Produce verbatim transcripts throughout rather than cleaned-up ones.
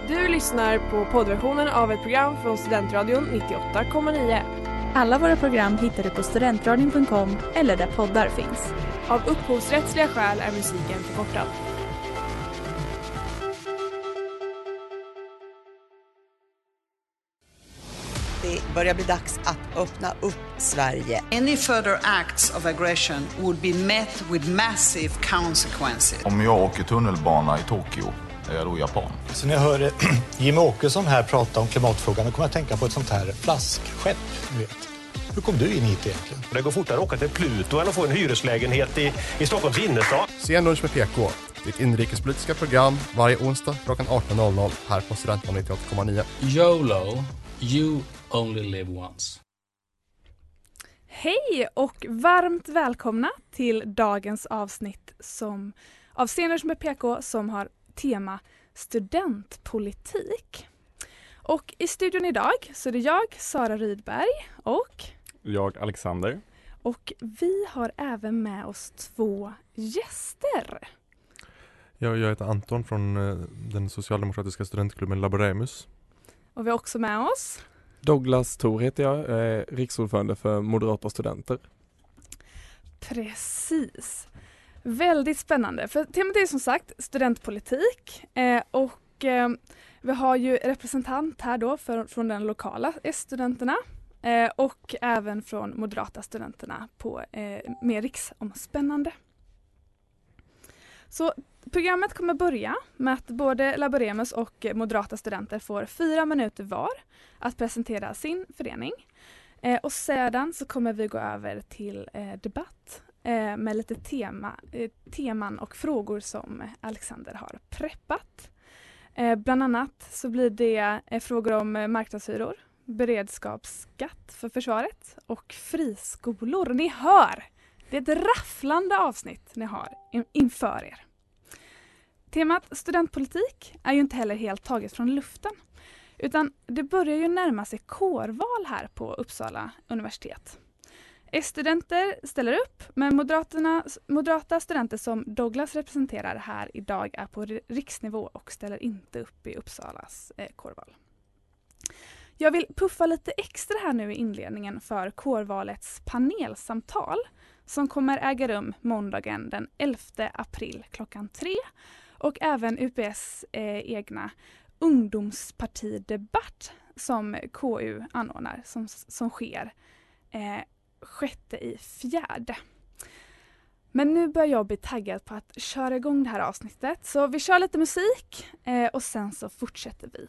Du lyssnar på poddversionen av ett program från Studentradion nittioåtta komma nio. Alla våra program hittar du på studentradion punkt com eller där poddar finns. Av upphovsrättsliga skäl är musiken förkortad. Det börjar bli dags att öppna upp Sverige. Any further acts of aggression would be met with massive consequences. Om jag åker tunnelbana i Tokyo, är jag då japan? Så när jag hör Jimmie Åkesson här prata om klimatfrågan, då kommer jag att tänka på ett sånt här flaskskepp, du vet. Hur kom du in hit egentligen? Det går fortare att åka till Pluto än att få en hyreslägenhet i, i Stockholms innerstad. Sen lunch med P K, ditt inrikespolitiska program varje onsdag klockan arton noll noll här på Studentradion nittioåtta komma nio. YOLO, you only live once. Hej och varmt välkomna till dagens avsnitt som, av Sen lunch med P K som har tema studentpolitik. Och i studion idag så är det jag, Sara Rydberg, och jag, Alexander. Och vi har även med oss två gäster. Jag, jag heter Anton från den socialdemokratiska studentklubben Laboremus. Och vi har också med oss Douglas Thor heter jag, är riksordförande för Moderata studenter. Precis. Väldigt spännande, för temat är som sagt studentpolitik eh, och eh, vi har ju representant här då för, från den lokala S-studenterna eh, och även från Moderata studenterna på eh, mer riksomspännande. Så programmet kommer börja med att både Laboremus och Moderata studenter får fyra minuter var att presentera sin förening. Eh, och sedan så kommer vi gå över till eh, debatt eh, med lite tema, eh, teman och frågor som Alexander har preppat. Eh, bland annat så blir det eh, frågor om eh, marknadshyror, beredskapsskatt för försvaret och friskolor. Ni hör! Det är ett rafflande avsnitt ni har in- inför er. Temat studentpolitik är ju inte heller helt taget från luften. Utan det börjar ju närma sig kårval här på Uppsala universitet. S-studenter ställer upp, men moderaterna, moderata studenter som Douglas representerar här idag är på riksnivå och ställer inte upp i Uppsalas eh, kårval. Jag vill puffa lite extra här nu i inledningen för kårvalets panelsamtal som kommer äga rum måndagen den elfte april klockan tre och även U P S eh, egna ungdomspartidebatt som K U anordnar som, som sker eh, sjätte i fjärde. Men nu börjar jag bli taggad på att köra igång det här avsnittet. Så vi kör lite musik eh, och sen så fortsätter vi.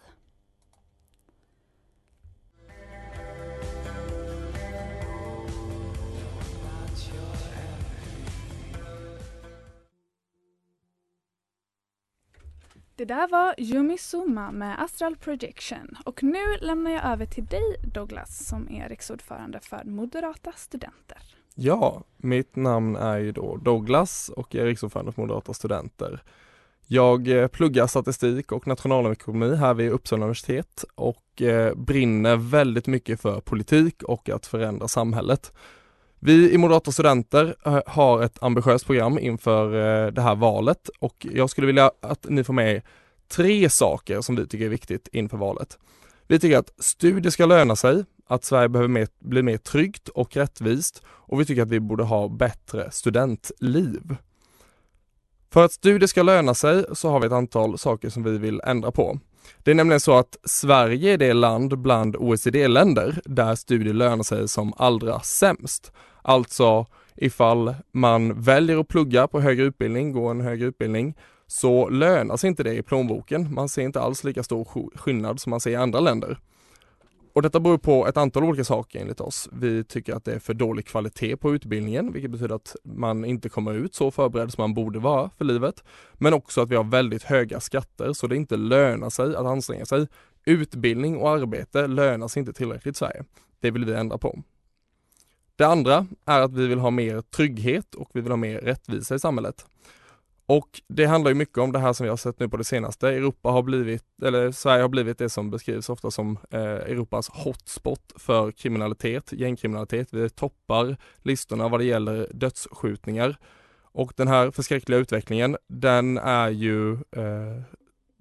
Det där var Yumi Suma med Astral Projection och nu lämnar jag över till dig Douglas som är riksordförande för Moderata studenter. Ja, mitt namn är ju då Douglas och jag är riksordförande för Moderata studenter. Jag pluggar statistik och nationalekonomi här vid Uppsala universitet och brinner väldigt mycket för politik och att förändra samhället. Vi i Moderata studenter har ett ambitiöst program inför det här valet och jag skulle vilja att ni får med tre saker som vi tycker är viktigt inför valet. Vi tycker att studier ska löna sig, att Sverige behöver mer, bli mer tryggt och rättvist och vi tycker att vi borde ha bättre studentliv. För att studier ska löna sig så har vi ett antal saker som vi vill ändra på. Det är nämligen så att Sverige är det land bland O E C D-länder där studier lönar sig som allra sämst. Alltså ifall man väljer att plugga på högre utbildning, gå en högre utbildning, så lönar sig inte det i plånboken. Man ser inte alls lika stor skillnad som man ser i andra länder. Och detta beror på ett antal olika saker enligt oss. Vi tycker att det är för dålig kvalitet på utbildningen, vilket betyder att man inte kommer ut så förberedd som man borde vara för livet. Men också att vi har väldigt höga skatter så det inte lönar sig att anstränga sig. Utbildning och arbete lönar sig inte tillräckligt i Sverige. Det vill vi ändra på. Det andra är att vi vill ha mer trygghet och vi vill ha mer rättvisa i samhället. Och det handlar ju mycket om det här som vi har sett nu på det senaste. Europa har blivit, eller Sverige har blivit det som beskrivs ofta som eh, Europas hotspot för kriminalitet, gängkriminalitet. Vi toppar listorna vad det gäller dödsskjutningar. Och den här förskräckliga utvecklingen, den är ju, eh,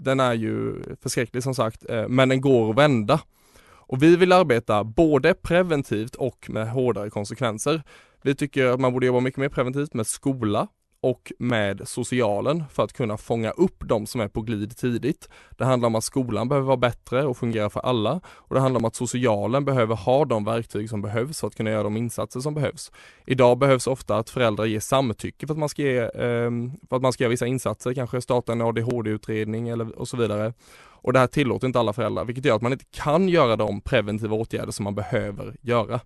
den är ju förskräcklig som sagt, eh, men den går att vända. Och vi vill arbeta både preventivt och med hårdare konsekvenser. Vi tycker att man borde jobba mycket mer preventivt med skola och med socialen för att kunna fånga upp de som är på glid tidigt. Det handlar om att skolan behöver vara bättre och fungera för alla. Och det handlar om att socialen behöver ha de verktyg som behövs för att kunna göra de insatser som behövs. Idag behövs ofta att föräldrar ger samtycke för att man ska, ge, eh, för att man ska göra vissa insatser, kanske starta en A D H D-utredning eller, och så vidare. Och det här tillåter inte alla föräldrar, vilket gör att man inte kan göra de preventiva åtgärder som man behöver göra.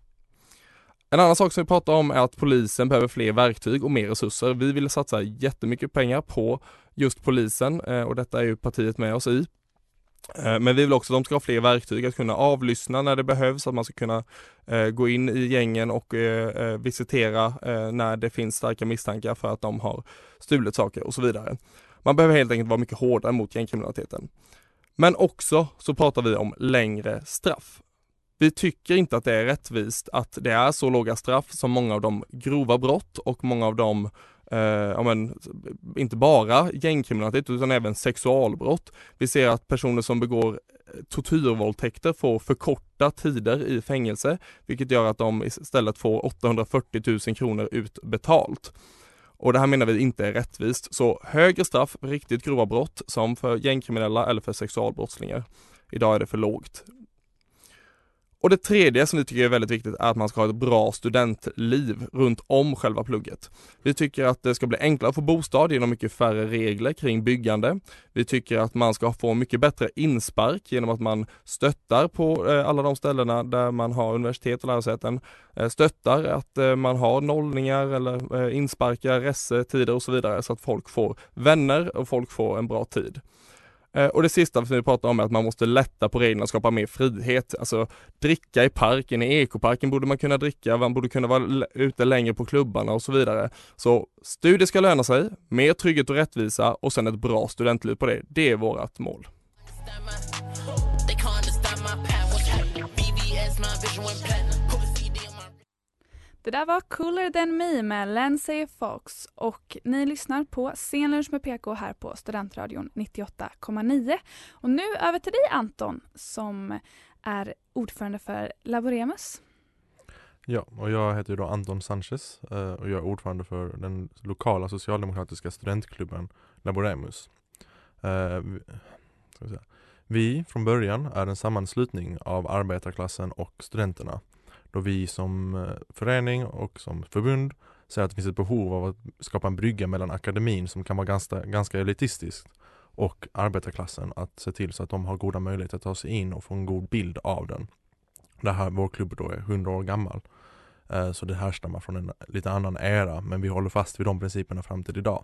En annan sak som vi pratar om är att polisen behöver fler verktyg och mer resurser. Vi vill satsa jättemycket pengar på just polisen och detta är ju partiet med oss i. Men vi vill också att de ska ha fler verktyg att kunna avlyssna när det behövs, att man ska kunna gå in i gängen och visitera när det finns starka misstankar för att de har stulit saker och så vidare. Man behöver helt enkelt vara mycket hårdare mot gängkriminaliteten. Men också så pratar vi om längre straff. Vi tycker inte att det är rättvist att det är så låga straff som många av de grova brott och många av de, eh, ja men, inte bara gängkriminalitet utan även sexualbrott. Vi ser att personer som begår tortyrvåldtäkter får förkorta tider i fängelse, vilket gör att de istället får åttahundrafyrtio tusen kronor utbetalt. Och det här menar vi inte är rättvist. Så högre straff för riktigt grova brott som för gängkriminella eller för sexualbrottslingar. Idag är det för lågt. Och det tredje som vi tycker är väldigt viktigt är att man ska ha ett bra studentliv runt om själva plugget. Vi tycker att det ska bli enklare att få bostad genom mycket färre regler kring byggande. Vi tycker att man ska få mycket bättre inspark genom att man stöttar på alla de ställena där man har universitet och lärosäten. Stöttar att man har nollningar eller insparkar, resetider och så vidare så att folk får vänner och folk får en bra tid. Och det sista som vi pratar om är att man måste lätta på reglerna och skapa mer frihet. Alltså dricka i parken, i ekoparken borde man kunna dricka, man borde kunna vara ute längre på klubbarna och så vidare. Så studier ska löna sig, mer trygghet och rättvisa och sen ett bra studentliv på det. Det är vårt mål. Det där var Cooler Than Me med Lindsay Fox och ni lyssnar på Scenlunch med P K här på Studentradion nittioåtta komma nio. Och nu över till dig Anton som är ordförande för Laboremus. Ja, och jag heter ju då Anton Sanchez och jag är ordförande för den lokala socialdemokratiska studentklubben Laboremus. Vi från början är en sammanslutning av arbetarklassen och studenterna. Då vi som förening och som förbund ser att det finns ett behov av att skapa en brygga mellan akademin som kan vara ganska, ganska elitistisk och arbetarklassen att se till så att de har goda möjligheter att ta sig in och få en god bild av den. Det här, vår klubb då är hundra år gammal så det härstammar från en lite annan era men vi håller fast vid de principerna fram till idag.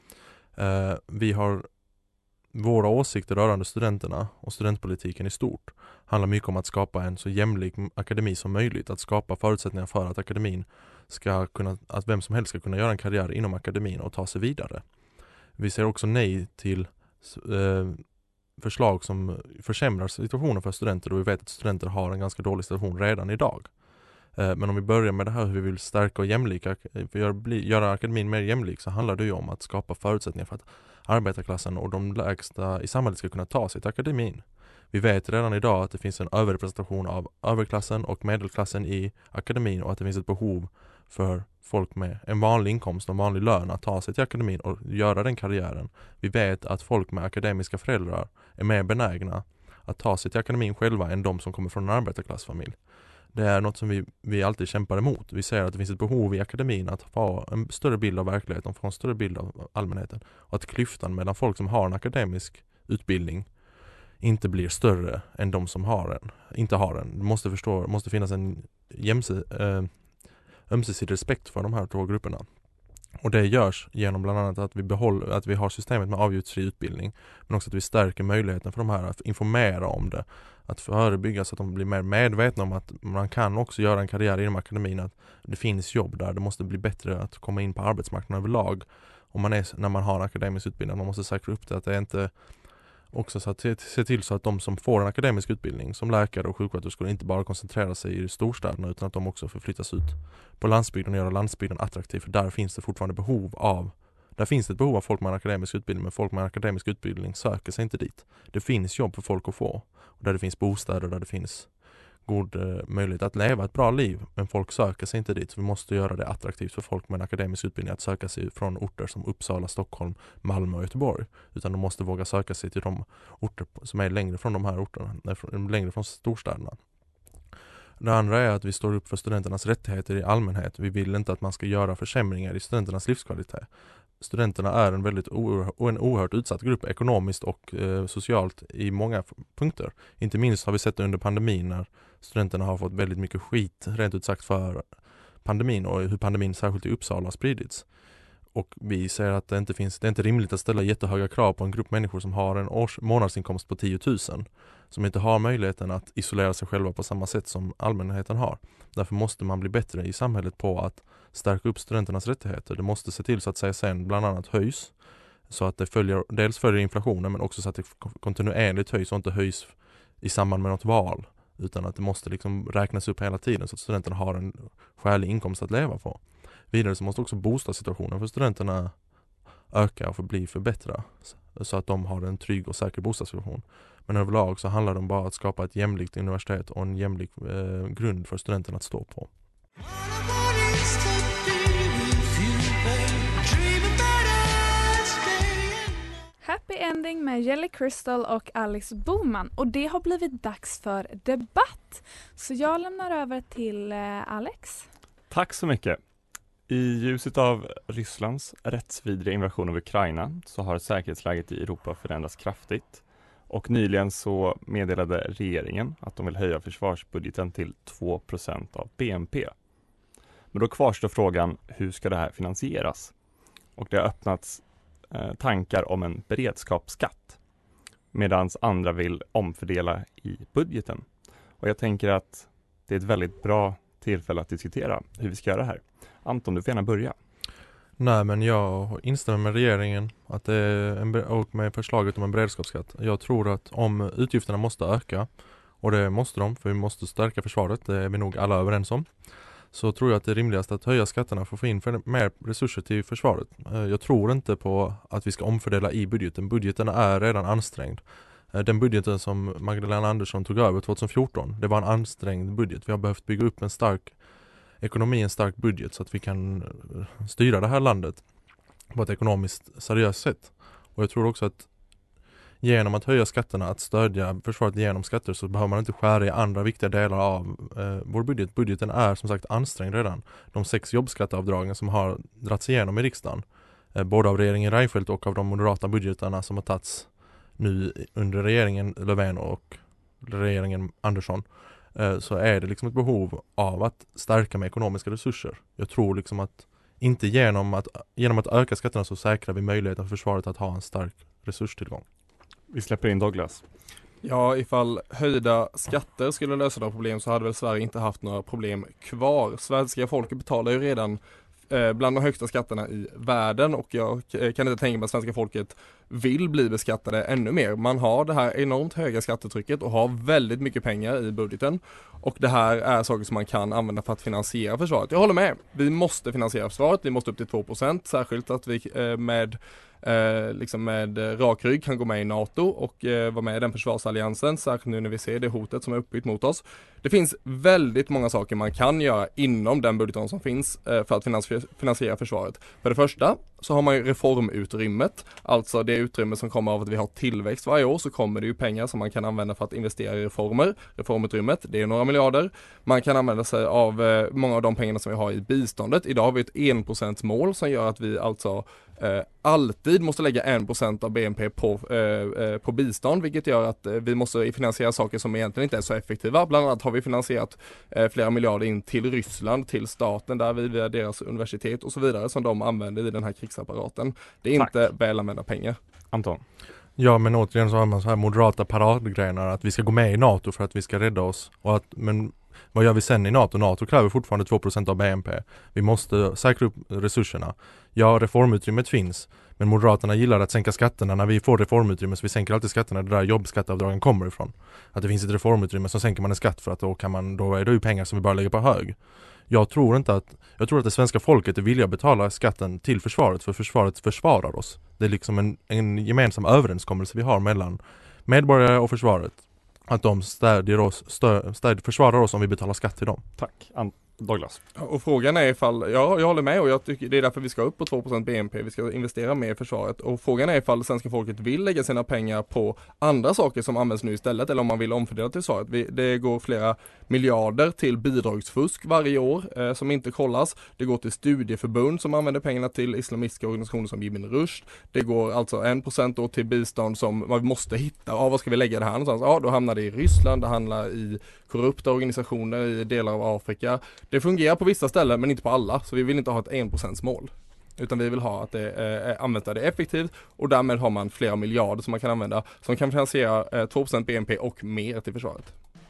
Vi har Våra åsikter rörande studenterna och studentpolitiken i stort handlar mycket om att skapa en så jämlik akademi som möjligt. Att skapa förutsättningar för att akademin ska kunna, att vem som helst ska kunna göra en karriär inom akademin och ta sig vidare. Vi ser också nej till eh, förslag som försämrar situationen för studenter och vi vet att studenter har en ganska dålig situation redan idag. Eh, men om vi börjar med det här hur vi vill stärka och jämlika, för att bli, göra akademin mer jämlik så handlar det ju om att skapa förutsättningar för att arbetarklassen och de lägsta i samhället ska kunna ta sig till akademin. Vi vet redan idag att det finns en överrepresentation av överklassen och medelklassen i akademin och att det finns ett behov för folk med en vanlig inkomst och en vanlig lön att ta sig till akademin och göra den karriären. Vi vet att folk med akademiska föräldrar är mer benägna att ta sig till akademin själva än de som kommer från en arbetarklassfamilj. Det är något som vi, vi alltid kämpar emot. Vi ser att det finns ett behov i akademin att få en större bild av verkligheten, få en större bild av allmänheten. Och att klyftan mellan folk som har en akademisk utbildning inte blir större än de som har en, inte har en. Det måste, förstå, måste finnas en jämse, eh, ömsesidig respekt för de här två grupperna. Och det görs genom bland annat att vi, behåller, att vi har systemet med avgiftsfri utbildning men också att vi stärker möjligheten för de här att informera om det. Att förebygga så att de blir mer medvetna om att man kan också göra en karriär inom akademin, att det finns jobb där. Det måste bli bättre att komma in på arbetsmarknaden överlag om man är, när man har en akademisk utbildning. Man måste säkra upp det att det är inte också så att se, se till så att de som får en akademisk utbildning som läkare och sjuksköterskor inte bara koncentrera sig i storstäderna utan att de också förflyttas ut på landsbygden och göra landsbygden attraktiv, för där finns det fortfarande behov av Där finns det ett behov av folk med en akademisk utbildning, men folk med en akademisk utbildning söker sig inte dit. Det finns jobb för folk att få. Och där det finns bostäder, där det finns god eh, möjlighet att leva ett bra liv, men folk söker sig inte dit. Så vi måste göra det attraktivt för folk med en akademisk utbildning att söka sig från orter som Uppsala, Stockholm, Malmö och Göteborg. Utan de måste våga söka sig till de orter som är längre från de här orterna, längre från storstäderna. Det andra är att vi står upp för studenternas rättigheter i allmänhet. Vi vill inte att man ska göra försämringar i studenternas livskvalitet. Studenterna är en väldigt oerhört, en oerhört utsatt grupp ekonomiskt och eh, socialt i många punkter. Inte minst har vi sett under pandemin när studenterna har fått väldigt mycket skit rent ut sagt för pandemin och hur pandemin särskilt i Uppsala har spridits. Och vi säger att det inte finns, det är inte rimligt att ställa jättehöga krav på en grupp människor som har en års, månadsinkomst på tio tusen. Som inte har möjligheten att isolera sig själva på samma sätt som allmänheten har. Därför måste man bli bättre i samhället på att stärka upp studenternas rättigheter. Det måste se till så att C S N bland annat höjs. Så att det följer, dels följer inflationen men också så att det kontinuerligt höjs och inte höjs i samband med något val. Utan att det måste liksom räknas upp hela tiden så att studenterna har en skälig inkomst att leva på. Vidare så måste också bostadssituationen för studenterna öka och bli förbättra så att de har en trygg och säker bostadssituation. Men överlag så handlar det om bara att skapa ett jämlikt universitet och en jämlik eh, grund för studenterna att stå på. Happy Ending med Jelly Crystal och Alice Boman. Och det har blivit dags för debatt. Så jag lämnar över till eh, Alex. Tack så mycket. I ljuset av Rysslands rättsvidriga invasion av Ukraina så har säkerhetsläget i Europa förändrats kraftigt. Och nyligen så meddelade regeringen att de vill höja försvarsbudgeten till två procent av B N P. Men då kvarstår frågan, hur ska det här finansieras? Och det har öppnats eh, tankar om en beredskapsskatt. Medan andra vill omfördela i budgeten. Och jag tänker att det är ett väldigt bra tillfälle att diskutera hur vi ska göra det här. Anton, du får gärna börja. Nej, men jag instämmer med regeringen att det är en, och med förslaget om en beredskapsskatt. Jag tror att om utgifterna måste öka, och det måste de för vi måste stärka försvaret, det är vi nog alla överens om, så tror jag att det är rimligast att höja skatterna för att få in för mer resurser till försvaret. Jag tror inte på att vi ska omfördela i budgeten. Budgeten är redan ansträngd. Den budgeten som Magdalena Andersson tog över tjugohundrafjorton, det var en ansträngd budget. Vi har behövt bygga upp en stark ekonomi, en stark budget så att vi kan styra det här landet på ett ekonomiskt seriöst sätt. Och jag tror också att genom att höja skatterna, att stödja försvaret genom skatter, så behöver man inte skära i andra viktiga delar av eh, vår budget. Budgeten är som sagt ansträngd redan. De sex jobbskatteavdragen som har dragits igenom i riksdagen, eh, både av regeringen Reinfeldt och av de moderata budgetarna som har tagits nu under regeringen Löfven och regeringen Andersson, eh, så är det liksom ett behov av att stärka med ekonomiska resurser. Jag tror liksom att inte genom att, genom att öka skatterna så säkrar vi möjligheten för försvaret att ha en stark resurstillgång. Vi släpper in Douglas. Ja, ifall höjda skatter skulle lösa några problem så hade väl Sverige inte haft några problem kvar. Svenska folket betalar ju redan eh, bland de högsta skatterna i världen, och jag kan inte tänka mig att svenska folket vill bli beskattade ännu mer. Man har det här enormt höga skattetrycket och har väldigt mycket pengar i budgeten, och det här är saker som man kan använda för att finansiera försvaret. Jag håller med, vi måste finansiera försvaret, vi måste upp till två procent, särskilt att vi eh, med Eh, liksom med rak rygg kan gå med i NATO och eh, vara med i den försvarsalliansen, särskilt nu när vi ser det hotet som är uppbyggt mot oss. Det finns väldigt många saker man kan göra inom den budgeten som finns eh, för att finansiera, finansiera försvaret. För det första så har man ju reformutrymmet, alltså det utrymme som kommer av att vi har tillväxt varje år, så kommer det ju pengar som man kan använda för att investera i reformer. Reformutrymmet, det är några miljarder. Man kan använda sig av eh, många av de pengarna som vi har i biståndet. Idag har vi ett en procent mål som gör att vi alltså eh, alltid måste lägga en procent av B N P på, eh, på bistånd, vilket gör att eh, vi måste finansiera saker som egentligen inte är så effektiva. Bland annat har vi finansierat eh, flera miljarder in till Ryssland, till staten, där vi via deras universitet och så vidare som de använder i den här krigsapparaten. Det är Tack. Inte väl använda pengar. Anton? Ja, men återigen så har man så här moderata paradgrenar att vi ska gå med i NATO för att vi ska rädda oss. Och att, men vad gör vi sen i NATO? NATO kräver fortfarande två procent av B N P. Vi måste säkra upp resurserna. Ja, reformutrymmet finns. Men Moderaterna gillar att sänka skatterna när vi får reformutrymme, så vi sänker alltid skatterna där jobbskatteavdragen kommer ifrån. Att det finns ett reformutrymme, så sänker man en skatt för att då, kan man, då är det ju pengar som vi bara lägger på hög. Jag tror inte att jag tror att det svenska folket är villiga att betala skatten till försvaret, för försvaret försvarar oss. Det är liksom en, en gemensam överenskommelse vi har mellan medborgare och försvaret. Att de stödjer oss, stö, stöd, försvarar oss om vi betalar skatt till dem. Tack. An- Douglas. Och frågan är ifall, ja, jag håller med och jag tycker det är därför vi ska upp på två procent B N P, vi ska investera mer i försvaret. Och frågan är ifall svenska folket vill lägga sina pengar på andra saker som används nu istället, eller om man vill omfördela till försvaret. Vi, det går flera miljarder till bidragsfusk varje år eh, som inte kollas. Det går till studieförbund som använder pengarna till islamistiska organisationer som Ibn Rushd. Det går alltså en procent då till bistånd som man måste hitta. Ja, vad ska vi lägga det här någonstans? Ja, då hamnar det i Ryssland, det handlar i korrupta organisationer i delar av Afrika. Det fungerar på vissa ställen men inte på alla, så vi vill inte ha ett en procent mål. Utan vi vill ha att det eh, använda det effektivt och därmed har man flera miljarder som man kan använda som kan finansiera eh, två procent B N P och mer till försvaret.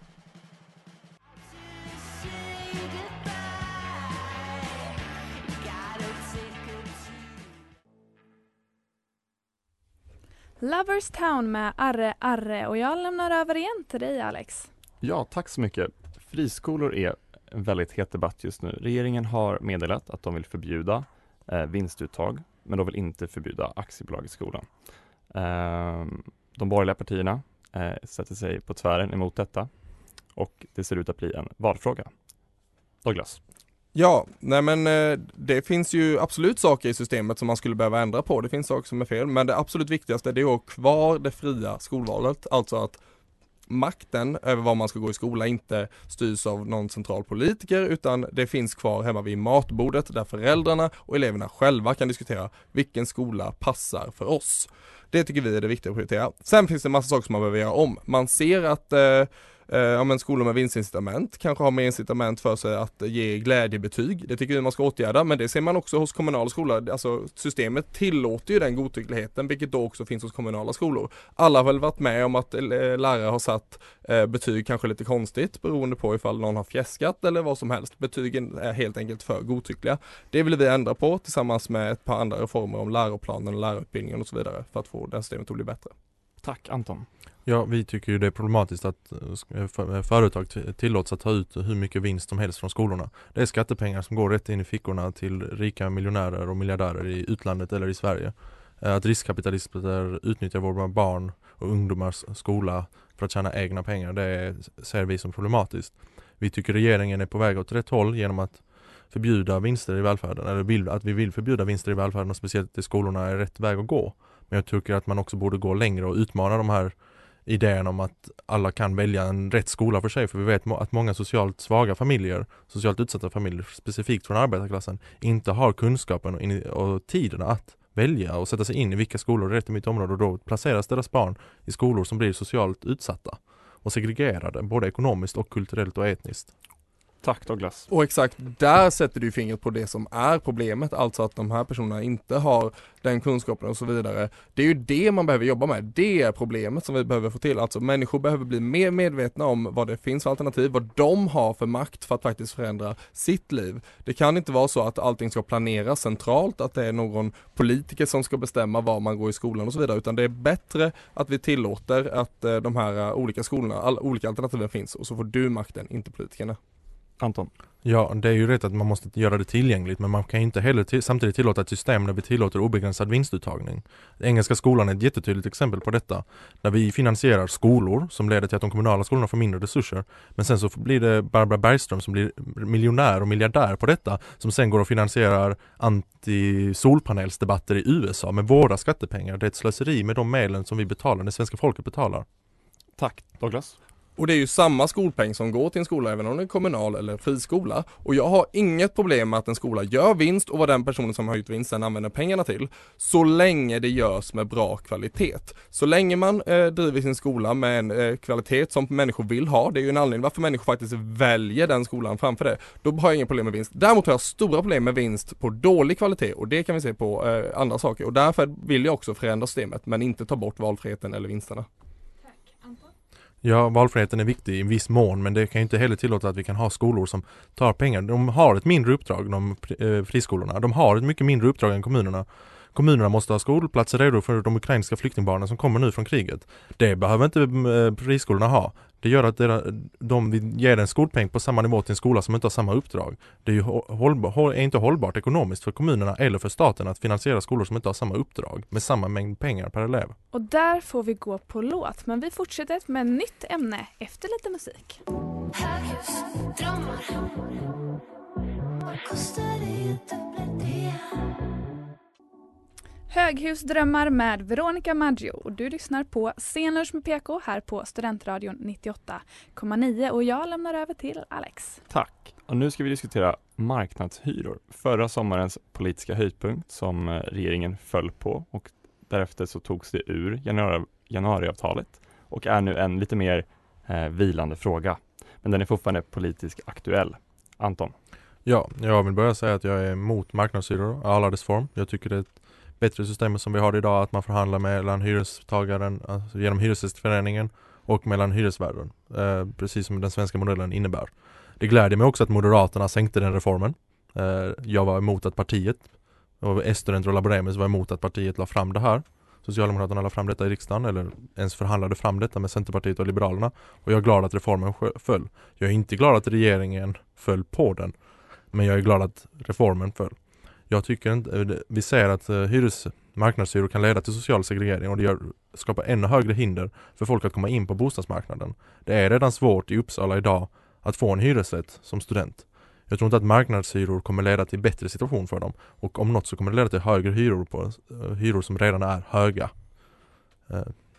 Lovers Town med Arre Arre och jag lämnar över igen till dig Alex. Ja, tack så mycket. Friskolor är en väldigt het debatt just nu. Regeringen har meddelat att de vill förbjuda eh, vinstuttag, men de vill inte förbjuda aktiebolag i skolan. Eh, de borgerliga partierna eh, sätter sig på tvären emot detta och det ser ut att bli en valfråga. Douglas. Ja, nej men eh, det finns ju absolut saker i systemet som man skulle behöva ändra på. Det finns saker som är fel, men det absolut viktigaste är att ha kvar det fria skolvalet. Alltså att makten över var man ska gå i skola inte styrs av någon central politiker, utan det finns kvar hemma vid matbordet där föräldrarna och eleverna själva kan diskutera vilken skola passar för oss. Det tycker vi är det viktiga att prioritera. Sen finns det en massa saker som man behöver göra om. Man ser att eh, eh, om en skola med vinstincitament kanske har mer incitament för sig att ge glädjebetyg. Det tycker vi man ska åtgärda, men det ser man också hos kommunala skolor. Alltså systemet tillåter ju den godtyckligheten, vilket då också finns hos kommunala skolor. Alla har väl varit med om att eh, lärare har satt eh, betyg kanske lite konstigt beroende på ifall någon har fjäskat eller vad som helst. Betygen är helt enkelt för godtyckliga. Det vill vi ändra på tillsammans med ett par andra reformer om läroplanen och lärarutbildningen och så vidare för att få det systemet att bli bättre. Tack Anton. Ja, vi tycker ju det är problematiskt att företag tillåts att ta ut hur mycket vinst som helst från skolorna. Det är skattepengar som går rätt in i fickorna till rika miljonärer och miljardärer i utlandet eller i Sverige. Att riskkapitalister utnyttjar våra barn och ungdomars skola för att tjäna egna pengar, det ser vi som problematiskt. Vi tycker regeringen är på väg åt rätt håll genom att förbjuda vinster i välfärden, eller vill, att vi vill förbjuda vinster i välfärden och speciellt i skolorna är rätt väg att gå. Men jag tycker att man också borde gå längre och utmana de här idén om att alla kan välja en rätt skola för sig, för vi vet att många socialt svaga familjer, socialt utsatta familjer, specifikt från arbetarklassen, inte har kunskapen och, in, och tiden att välja och sätta sig in i vilka skolor är rätt i mitt område, och då placeras deras barn i skolor som blir socialt utsatta och segregerade, både ekonomiskt och kulturellt och etniskt. Tack Douglas. Och exakt, där sätter du fingret på det som är problemet, alltså att de här personerna inte har den kunskapen och så vidare. Det är ju det man behöver jobba med, det är problemet som vi behöver få till. Alltså människor behöver bli mer medvetna om vad det finns för alternativ, vad de har för makt för att faktiskt förändra sitt liv. Det kan inte vara så att allting ska planeras centralt, att det är någon politiker som ska bestämma var man går i skolan och så vidare, utan det är bättre att vi tillåter att de här olika skolorna, alla olika alternativen finns, och så får du makten, inte politikerna. Anton. Ja, det är ju rätt att man måste göra det tillgängligt, men man kan inte heller till, samtidigt tillåta ett system där vi tillåter obegränsad vinstuttagning. Engelska skolan är ett jättetydligt exempel på detta, där vi finansierar skolor som leder till att de kommunala skolorna får mindre resurser, men sen så blir det Barbara Bergström som blir miljonär och miljardär på detta, som sen går och finansierar anti-solpanelsdebatter i U S A med våra skattepengar. Det är ett slöseri med de medlen som vi betalar, det svenska folket betalar. Tack Douglas. Och det är ju samma skolpeng som går till en skola, även om det är kommunal eller friskola. Och jag har inget problem med att en skola gör vinst och vad den personen som har gjort vinsten använder pengarna till, så länge det görs med bra kvalitet. Så länge man eh, driver sin skola med en eh, kvalitet som människor vill ha, det är ju en anledning varför människor faktiskt väljer den skolan framför det. Då har jag inga problem med vinst. Däremot har jag stora problem med vinst på dålig kvalitet, och det kan vi se på eh, andra saker. Och därför vill jag också förändra systemet, men inte ta bort valfriheten eller vinsterna. Ja, valfriheten är viktig i en viss mån, men det kan ju inte heller tillåta att vi kan ha skolor som tar pengar. De har ett mindre uppdrag, de friskolorna. De har ett mycket mindre uppdrag än kommunerna. Kommunerna måste ha skolplatser redo för de ukrainska flyktingbarnen som kommer nu från kriget. Det behöver inte friskolorna ha. Det gör att de vill ge en skolpeng på samma nivå till en skola som inte har samma uppdrag. Det är ju hållbar, är inte hållbart ekonomiskt för kommunerna eller för staten att finansiera skolor som inte har samma uppdrag med samma mängd pengar per elev. Och där får vi gå på låt, men vi fortsätter med ett nytt ämne efter lite musik. Höghus, drömmar. Vad kostar det att uppdatera? Höghusdrömmar med Veronica Maggio och du lyssnar på Scenlunch med P K här på Studentradion nittioåtta komma nio och jag lämnar över till Alex. Tack. Och nu ska vi diskutera marknadshyror. Förra sommarens politiska höjdpunkt som regeringen föll på och därefter så togs det ur januari, januariavtalet och är nu en lite mer eh, vilande fråga. Men den är fortfarande politiskt aktuell. Anton? Ja, jag vill börja säga att jag är emot marknadshyror i alla dess form. Jag tycker det är ett bättre system som vi har idag att man förhandlar mellan hyrestagaren alltså genom hyresgästföreningen och mellan hyresvärden. Eh, precis som den svenska modellen innebär. Det gläder mig också att Moderaterna sänkte den reformen. Eh, jag var emot att partiet och S-studenter och Laboremus var emot att partiet la fram det här. Socialdemokraterna la fram detta i riksdagen eller ens förhandlade fram detta med Centerpartiet och Liberalerna. Och jag är glad att reformen föll. Jag är inte glad att regeringen föll på den. Men jag är glad att reformen föll. Jag tycker inte, vi ser att hyres, marknadshyror kan leda till social segregering och det gör, skapar ännu högre hinder för folk att komma in på bostadsmarknaden. Det är redan svårt i Uppsala idag att få en hyresrätt som student. Jag tror inte att marknadshyror kommer leda till bättre situation för dem. Och om något så kommer det leda till högre hyror på uh, hyror som redan är höga. Uh.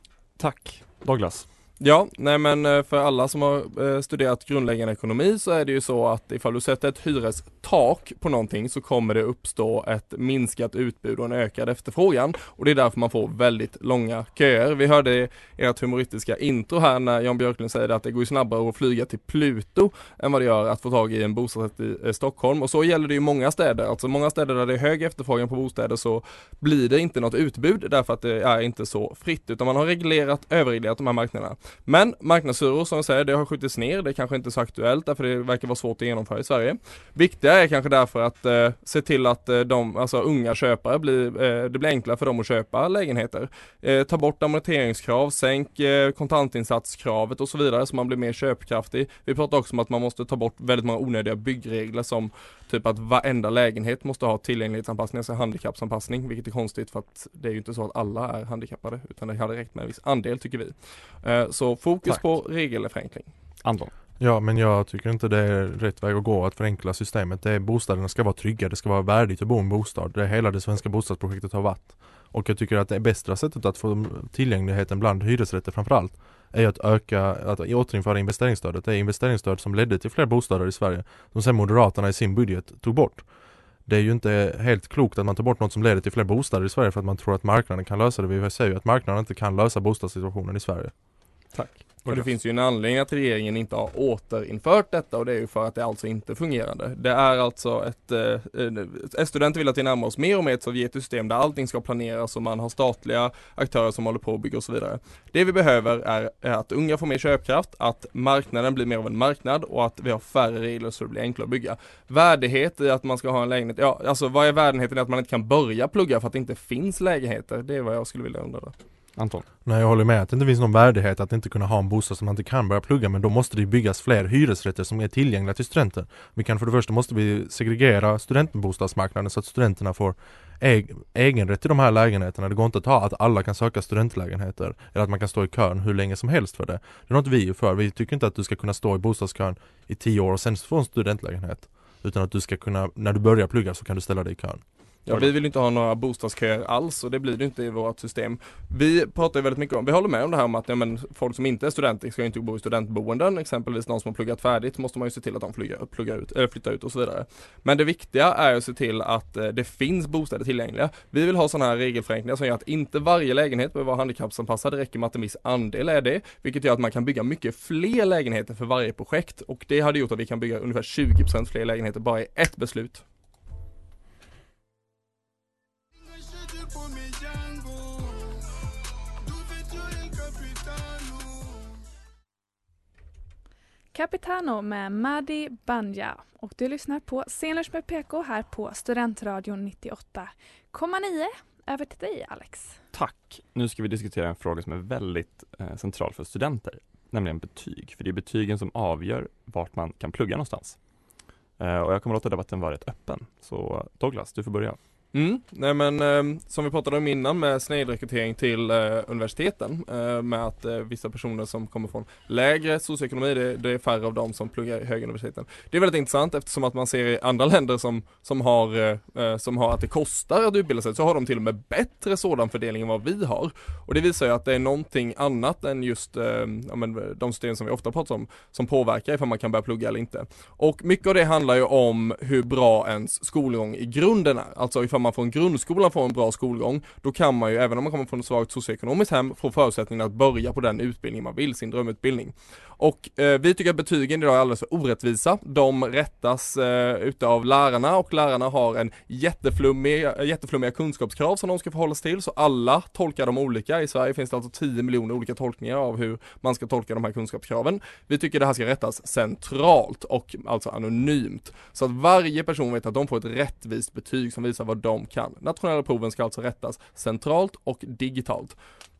Tack. Douglas? Ja, nej men för alla som har studerat grundläggande ekonomi så är det ju så att ifall du sätter ett hyrestak på någonting så kommer det uppstå ett minskat utbud och en ökad efterfrågan och det är därför man får väldigt långa köer. Vi hörde ert humoristiska intro här när Jan Björklund säger att det går snabbare att flyga till Pluto än vad det gör att få tag i en bostadsrätt i Stockholm och så gäller det ju många städer. Alltså många städer där det är hög efterfrågan på bostäder så blir det inte något utbud därför att det är inte så fritt utan man har reglerat, överreglerat de här marknaderna. Men marknadshyror som jag säger, det har skjutits ner. Det är kanske inte så aktuellt därför det verkar vara svårt att genomföra i Sverige. Viktiga är kanske därför att eh, se till att eh, de, alltså unga köpare blir, eh, det blir enklare för dem att köpa lägenheter. Eh, ta bort amorteringskrav, sänk eh, kontantinsatskravet och så vidare så man blir mer köpkraftig. Vi pratar också om att man måste ta bort väldigt många onödiga byggregler som typ att varenda lägenhet måste ha tillgänglighetsanpassning, alltså handikappsanpassning, vilket är konstigt för att det är ju inte så att alla är handikappade utan det hade räckt med en viss andel tycker vi. Eh, så fokus Tack. På regelförenkling. Anton? Ja, men jag tycker inte det är rätt väg att gå att förenkla systemet. Det är, bostäderna ska vara trygga, det ska vara värdigt att bo i en bostad. Det är hela det svenska bostadsprojektet har varit. Och jag tycker att det bästa sättet att få tillgängligheten bland hyresrätter framförallt är att öka, att återinföra investeringsstödet. Det är investeringsstöd som ledde till fler bostäder i Sverige som sen Moderaterna i sin budget tog bort. Det är ju inte helt klokt att man tar bort något som leder till fler bostäder i Sverige för att man tror att marknaden kan lösa det. Vi säger ju att marknaden inte kan lösa bostadssituationen i Sverige. Tack. Och det finns ju en anledning att regeringen inte har återinfört detta och det är ju för att det alltså inte fungerande. Det är alltså ett, eh, studenter vill att vi närmar oss mer och mer ett sovjetsystem där allting ska planeras och man har statliga aktörer som håller på att bygga och så vidare. Det vi behöver är, är att unga får mer köpkraft, att marknaden blir mer av en marknad och att vi har färre regler så det blir enklare att bygga. Värdighet i att man ska ha en lägenhet, ja alltså vad är värdigheten i att man inte kan börja plugga för att det inte finns lägenheter? Det är vad jag skulle vilja undra då. Anton? Nej, jag håller med att det inte finns någon värdighet att inte kunna ha en bostad som man inte kan börja plugga, men då måste det byggas fler hyresrätter som är tillgängliga till studenter. Vi kan för det första måste vi segregera studentbostadsmarknaden så att studenterna får eg- egenrätt till de här lägenheterna. Det går inte att ta att alla kan söka studentlägenheter eller att man kan stå i kön hur länge som helst för det. Det är något vi är för. Vi tycker inte att du ska kunna stå i bostadskön i tio år och sen få en studentlägenhet, utan att du ska kunna, när du börjar plugga så kan du ställa dig i kön. Ja, vi vill inte ha några bostadsköer alls och det blir det inte i vårt system. Vi pratar ju väldigt mycket om, vi håller med om det här om att ja, men folk som inte är studenter ska inte bo i studentboenden, exempelvis någon som har pluggat färdigt måste man ju se till att de pluggar, pluggar ut, eller flyttar ut och så vidare. Men det viktiga är att se till att eh, det finns bostäder tillgängliga. Vi vill ha sådana här regelförenklingar som gör att inte varje lägenhet behöver vara handikappsanpassad, det räcker med att en viss andel är det, vilket gör att man kan bygga mycket fler lägenheter för varje projekt och det hade gjort att vi kan bygga ungefär tjugo procent fler lägenheter bara i ett beslut. Capitano med Madi Banja och du lyssnar på Scenlunch med P K här på Studentradion nittioåtta komma nio. över till dig, Alex. Tack. Nu ska vi diskutera en fråga som är väldigt eh, central för studenter, nämligen betyg. För det är betygen som avgör vart man kan plugga någonstans. Eh, och jag kommer låta debatten vara rätt öppen. Så Douglas, du får börja. Mm. Nej men eh, som vi pratade om innan med snedrekrytering till eh, universiteten eh, med att eh, vissa personer som kommer från lägre socioekonomi, det, det är färre av dem som pluggar i högre universiteten. Det är väldigt intressant eftersom att man ser i andra länder som, som, har, eh, som har att det kostar att utbilda sig, så har de till och med bättre sådan fördelning än vad vi har. Och det visar ju att det är någonting annat än just eh, ja, men, de system som vi ofta pratar om som påverkar ifall man kan börja plugga eller inte. Och mycket av det handlar ju om hur bra ens skolgång i grunden är. Alltså ifall man från grundskolan får en bra skolgång, då kan man ju, även om man kommer från ett svagt socioekonomiskt hem, få förutsättningen att börja på den utbildning man vill, sin drömutbildning. Och eh, vi tycker att betygen idag är alldeles för orättvisa. De rättas eh, utav lärarna, och lärarna har en jätteflummiga, jätteflummiga kunskapskrav som de ska förhålla sig till, så alla tolkar dem olika. I Sverige finns det alltså tio miljoner olika tolkningar av hur man ska tolka de här kunskapskraven. Vi tycker det här ska rättas centralt och alltså anonymt, så att varje person vet att de får ett rättvist betyg som visar vad de kan. Nationella proven ska alltså rättas centralt och digitalt.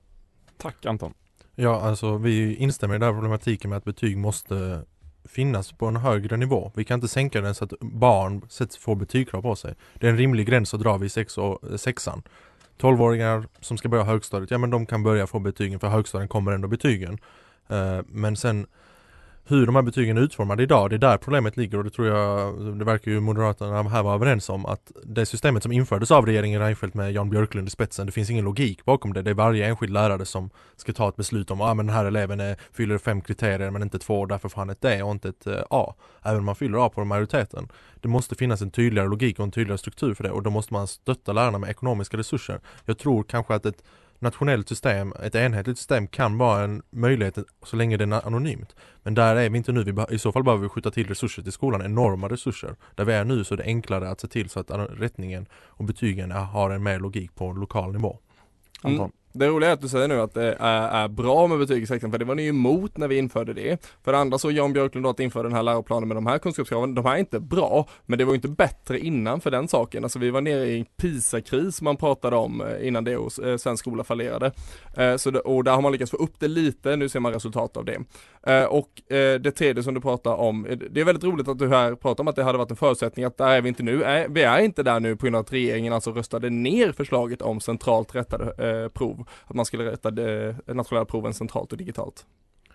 Tack Anton. Ja, alltså vi instämmer i den här problematiken med att betyg måste finnas på en högre nivå. Vi kan inte sänka den så att barn får betygkrav på sig. Det är en rimlig gräns att dra vid sex och, sexan. tolvåringar som ska börja högstadiet, ja men de kan börja få betygen, för högstadien kommer ändå betygen. Uh, men sen hur de här betygen är utformade idag, det är där problemet ligger, och det tror jag, det verkar ju Moderaterna här vara överens om, att det systemet som infördes av regeringen Reinfeldt med Jan Björklund i spetsen, det finns ingen logik bakom det. Det är varje enskild lärare som ska ta ett beslut om, ja ah, men den här eleven är, fyller fem kriterier men inte två, därför får han ett D och inte ett uh, A. Även om man fyller A på majoriteten. Det måste finnas en tydligare logik och en tydligare struktur för det, och då måste man stötta lärarna med ekonomiska resurser. Jag tror kanske att ett nationellt system, ett enhetligt system kan vara en möjlighet så länge det är anonymt. Men där är vi inte nu. Vi be- I så fall behöver vi skjuta till resurser till skolan, enorma resurser. Där vi är nu så är det enklare att se till så att rättningen och betygen har en mer logik på lokal nivå. Anton. Mm. Det roliga är att du säger nu att det är, är bra med betyg i sektorn, för det var ni ju emot när vi införde det. För det andra så Jan Björklund då att införa den här läroplanen med de här kunskapskraven, de här är inte bra, men det var ju inte bättre innan för den saken. Alltså vi var nere i en PISA-kris man pratade om innan det och svensk skola fallerade. Så det, och där har man lyckats få upp det lite, nu ser man resultat av det. Och det tredje som du pratar om, det är väldigt roligt att du här pratar om att det hade varit en förutsättning, att där är vi inte nu. Vi är inte där nu på grund av att regeringen alltså röstade ner förslaget om centralt rättade prov. Att man skulle rätta det nationella proven centralt och digitalt.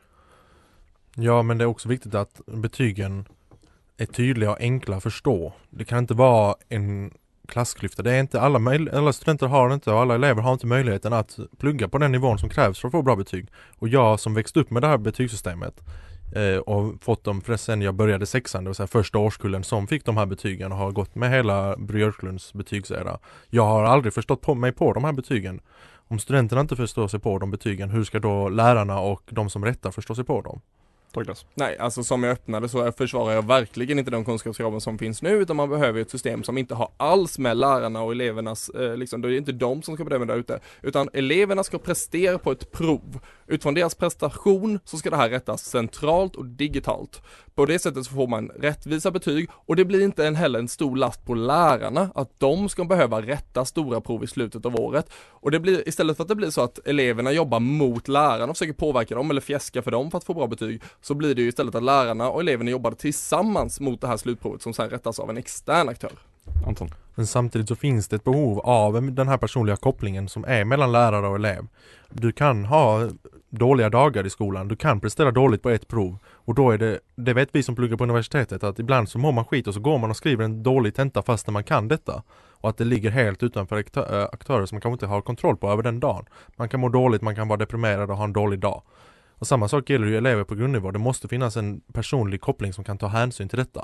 Ja, men det är också viktigt att betygen är tydliga och enkla att förstå. Det kan inte vara en klassklyfta. Det är inte alla, alla studenter har inte, och alla elever har inte möjligheten att plugga på den nivån som krävs för att få bra betyg. Och jag som växte upp med det här betygssystemet eh, och fått dem förresten jag började sexan, det vill säga första årskullen som fick de här betygen och har gått med hela Björklunds betygsera. Jag har aldrig förstått på mig på de här betygen. Om studenterna inte förstår sig på de betygen, hur ska då lärarna och de som rättar förstå sig på dem? Douglas. Nej, alltså som jag öppnade så försvarar jag verkligen inte de kunskapskraven som finns nu, utan man behöver ett system som inte har alls med lärarna och elevernas, eh, liksom, det är inte de som ska bedöma där ute, utan eleverna ska prestera på ett prov. Utifrån deras prestation så ska det här rättas centralt och digitalt. På det sättet så får man rättvisa betyg, och det blir inte en heller en stor last på lärarna att de ska behöva rätta stora prov i slutet av året. Och det blir, istället för att det blir så att eleverna jobbar mot lärarna och försöker påverka dem eller fjäska för dem för att få bra betyg, så blir det ju istället att lärarna och eleverna jobbar tillsammans mot det här slutprovet som sedan rättas av en extern aktör. Anton. Men samtidigt så finns det ett behov av den här personliga kopplingen som är mellan lärare och elev. Du kan ha dåliga dagar i skolan, du kan prestera dåligt på ett prov, och då är det, det vet vi som pluggar på universitetet, att ibland så mår man skit och så går man och skriver en dålig tenta fast när man kan detta. Och att det ligger helt utanför aktörer som man kanske inte har kontroll på över den dagen. Man kan må dåligt, man kan vara deprimerad och ha en dålig dag. Och samma sak gäller ju elever på grundnivå. Det måste finnas en personlig koppling som kan ta hänsyn till detta.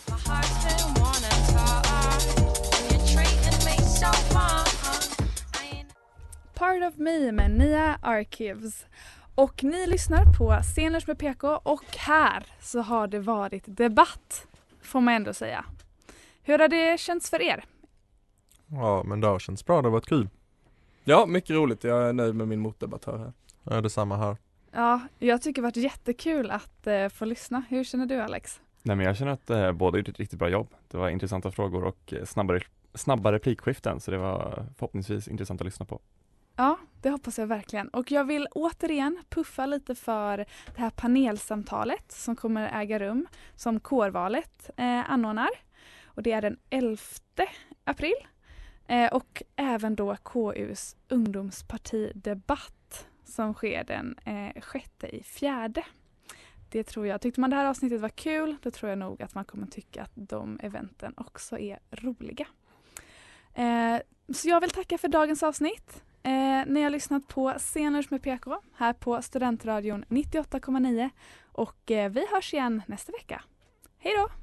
Part of Me med Nia Archives. Och ni lyssnar på Scenlunch med P K, och här så har det varit debatt, får man ändå säga. Hur har det känts för er? Ja, men det har känts bra, det har varit kul. Ja, mycket roligt. Jag är nöjd med min motdebattör här. Ja, det är samma här. Ja, jag tycker det har varit jättekul att eh, få lyssna. Hur känner du, Alex? Nej, men jag känner att eh, båda gjort ett riktigt bra jobb. Det var intressanta frågor och eh, snabba snabba replikskiften, så det var förhoppningsvis intressant att lyssna på. Ja, det hoppas jag verkligen. Och jag vill återigen puffa lite för det här panelsamtalet som kommer äga rum som kårvalet eh, anordnar. Och det är den elfte april. Eh, och även då K U:s ungdomspartidebatt som sker den eh, sjätte i fjärde. Det tror jag. Tyckte man det här avsnittet var kul, då tror jag nog att man kommer tycka att de eventen också är roliga. Eh, så jag vill tacka för dagens avsnitt. Eh, ni har lyssnat på Sceners med P K här på Studentradion nittioåtta komma nio och eh, vi hörs igen nästa vecka. Hej då!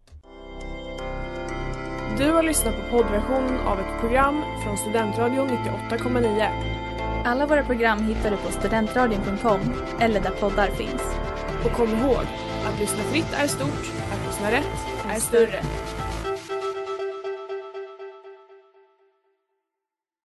Du har lyssnat på poddversion av ett program från Studentradion nittioåtta komma nio. Alla våra program hittar du på studentradion punkt com eller där poddar finns. Och kom ihåg, att lyssna fritt är stort, att lyssna rätt är större.